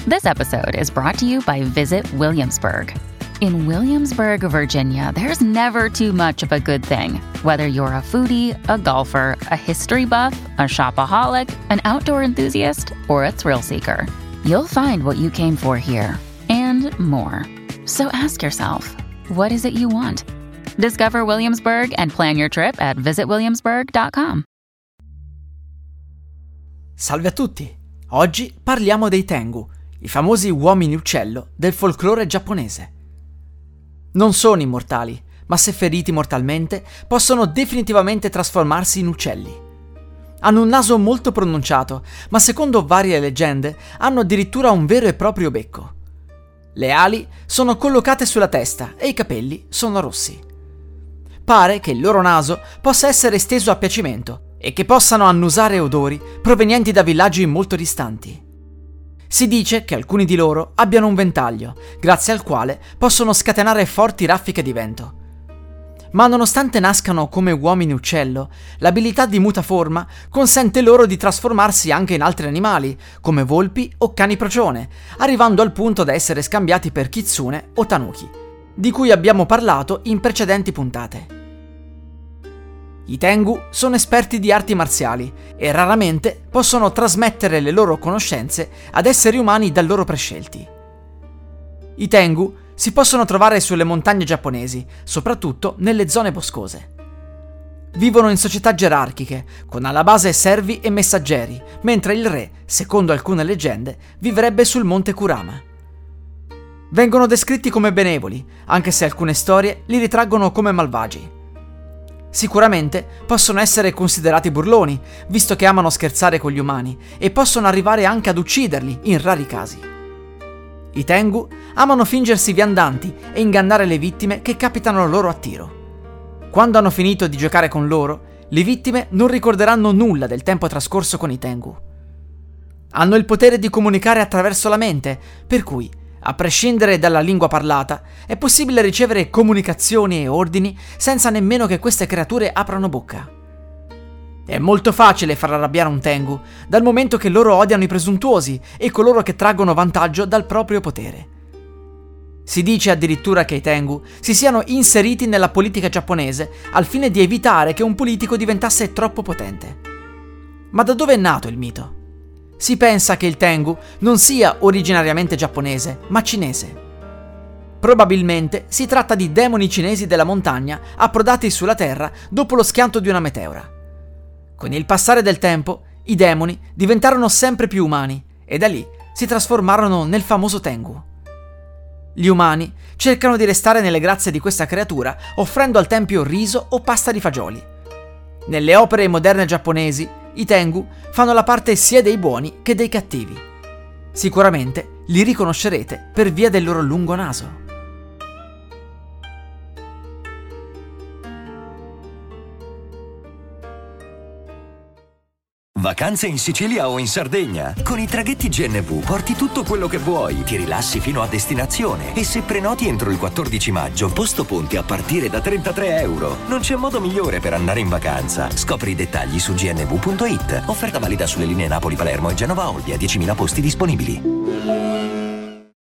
This episode is brought to you by Visit Williamsburg. In Williamsburg, Virginia, there's never too much of a good thing. Whether you're a foodie, a golfer, a history buff, a shopaholic, an outdoor enthusiast, or a thrill seeker, you'll find what you came for here and more. So ask yourself, what is it you want? Discover Williamsburg and plan your trip at visitwilliamsburg.com. Salve a tutti! Oggi parliamo dei Tengu, i famosi uomini uccello del folklore giapponese. Non sono immortali, ma se feriti mortalmente possono definitivamente trasformarsi in uccelli. Hanno un naso molto pronunciato, ma secondo varie leggende hanno addirittura un vero e proprio becco. Le ali sono collocate sulla testa e i capelli sono rossi. Pare che il loro naso possa essere esteso a piacimento e che possano annusare odori provenienti da villaggi molto distanti. Si dice che alcuni di loro abbiano un ventaglio, grazie al quale possono scatenare forti raffiche di vento. Ma nonostante nascano come uomini uccello, l'abilità di mutaforma consente loro di trasformarsi anche in altri animali, come volpi o cani procione, arrivando al punto da essere scambiati per kitsune o tanuki, di cui abbiamo parlato in precedenti puntate. I Tengu sono esperti di arti marziali e raramente possono trasmettere le loro conoscenze ad esseri umani da loro prescelti. I Tengu si possono trovare sulle montagne giapponesi, soprattutto nelle zone boscose. Vivono in società gerarchiche, con alla base servi e messaggeri, mentre il re, secondo alcune leggende, vivrebbe sul monte Kurama. Vengono descritti come benevoli, anche se alcune storie li ritraggono come malvagi. Sicuramente possono essere considerati burloni, visto che amano scherzare con gli umani, e possono arrivare anche ad ucciderli in rari casi. I Tengu amano fingersi viandanti e ingannare le vittime che capitano loro a tiro. Quando hanno finito di giocare con loro, le vittime non ricorderanno nulla del tempo trascorso con i Tengu. Hanno il potere di comunicare attraverso la mente, per cui, a prescindere dalla lingua parlata, è possibile ricevere comunicazioni e ordini senza nemmeno che queste creature aprano bocca. È molto facile far arrabbiare un Tengu, dal momento che loro odiano i presuntuosi e coloro che traggono vantaggio dal proprio potere. Si dice addirittura che i Tengu si siano inseriti nella politica giapponese al fine di evitare che un politico diventasse troppo potente. Ma da dove è nato il mito? Si pensa che il Tengu non sia originariamente giapponese, ma cinese. Probabilmente si tratta di demoni cinesi della montagna approdati sulla Terra dopo lo schianto di una meteora. Con il passare del tempo, i demoni diventarono sempre più umani e da lì si trasformarono nel famoso Tengu. Gli umani cercano di restare nelle grazie di questa creatura offrendo al tempio riso o pasta di fagioli. Nelle opere moderne giapponesi, i Tengu fanno la parte sia dei buoni che dei cattivi. Sicuramente li riconoscerete per via del loro lungo naso. Vacanze in Sicilia o in Sardegna? Con i traghetti GNV porti tutto quello che vuoi, ti rilassi fino a destinazione e se prenoti entro il 14 maggio, posto ponti a partire da €33. Non c'è modo migliore per andare in vacanza. Scopri i dettagli su gnv.it. Offerta valida sulle linee Napoli-Palermo e Genova-Olbia, 10.000 posti disponibili.